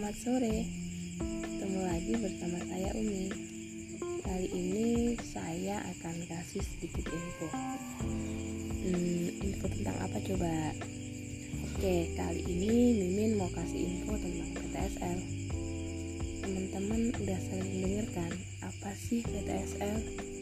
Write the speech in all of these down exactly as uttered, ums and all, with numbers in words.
Selamat sore, ketemu lagi bersama saya Umi. Kali ini saya akan kasih sedikit info. hmm, Info tentang apa coba? Oke, kali ini Mimin mau kasih info tentang P T S L. Teman-teman udah sering dengar kan apa sih P T S L?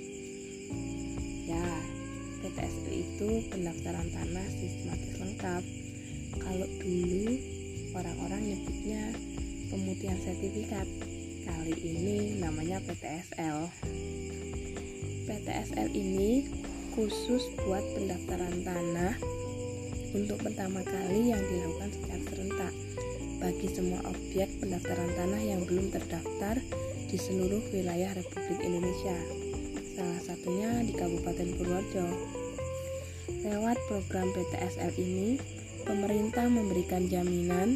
Ya, P T S L itu pendaftaran tanah sistematis lengkap. Kalau dulu orang-orang nyebutnya pemutihan sertifikat, kali ini namanya P T S L. P T S L ini khusus buat pendaftaran tanah untuk pertama kali yang dilakukan secara serentak bagi semua objek pendaftaran tanah yang belum terdaftar di seluruh wilayah Republik Indonesia, salah satunya di Kabupaten Purworejo. Lewat program P T S L ini, pemerintah memberikan jaminan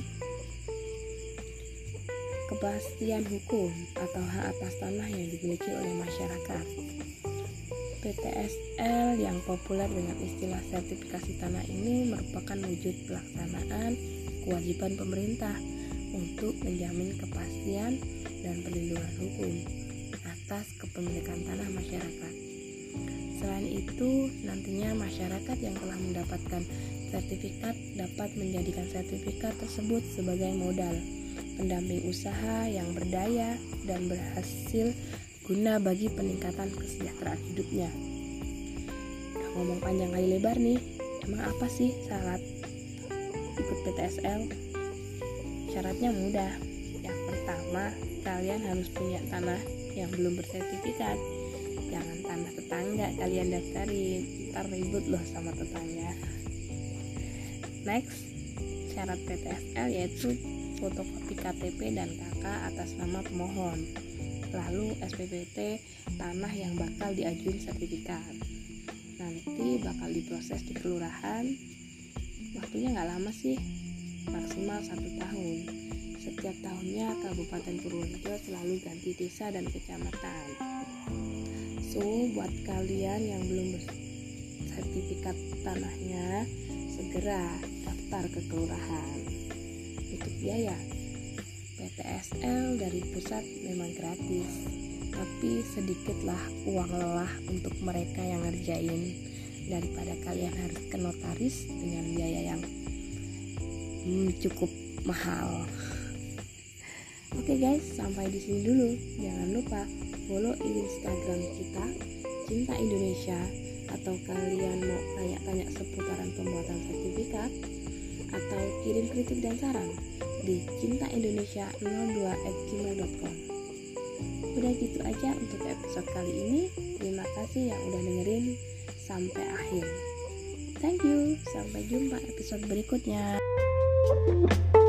kepastian hukum atau hak atas tanah yang dimiliki oleh masyarakat. P T S L yang populer dengan istilah sertifikasi tanah ini merupakan wujud pelaksanaan kewajiban pemerintah untuk menjamin kepastian dan perlindungan hukum atas kepemilikan tanah masyarakat. Selain itu, nantinya masyarakat yang telah mendapatkan sertifikat dapat menjadikan sertifikat tersebut sebagai modal pendamping usaha yang berdaya dan berhasil guna bagi peningkatan kesejahteraan hidupnya. Udah ngomong panjang kali lebar nih, emang apa sih syarat ikut P T S L? Syaratnya mudah. Yang pertama, kalian harus punya tanah yang belum bersertifikat. Jangan tanah tetangga kalian daftarin, ntar ribut loh sama tetangga. Next, syarat P T S L yaitu fotokopi K T P dan K K atas nama pemohon, lalu S P P T tanah yang bakal diajuin sertifikat. Nanti bakal diproses di kelurahan. Waktunya nggak lama sih, maksimal satu tahun. Setiap tahunnya Kabupaten Purworejo selalu ganti desa dan kecamatan. So, buat kalian yang belum bersertifikat tanahnya, segera daftar ke kelurahan. Untuk biaya, P T S L dari pusat memang gratis, tapi sedikitlah uang lelah untuk mereka yang ngerjain daripada kalian harus ke notaris dengan biaya yang hmm, cukup mahal. Oke guys, sampai di sini dulu. Jangan lupa follow Instagram kita Cinta Indonesia, atau kalian mau tanya-tanya seputaran pembuatan sertifikat atau kirim kritik dan saran di cinta indonesia nol dua at gmail dot com. Udah gitu aja untuk episode kali ini. Terima kasih yang udah dengerin sampai akhir. Thank you. Sampai jumpa episode berikutnya.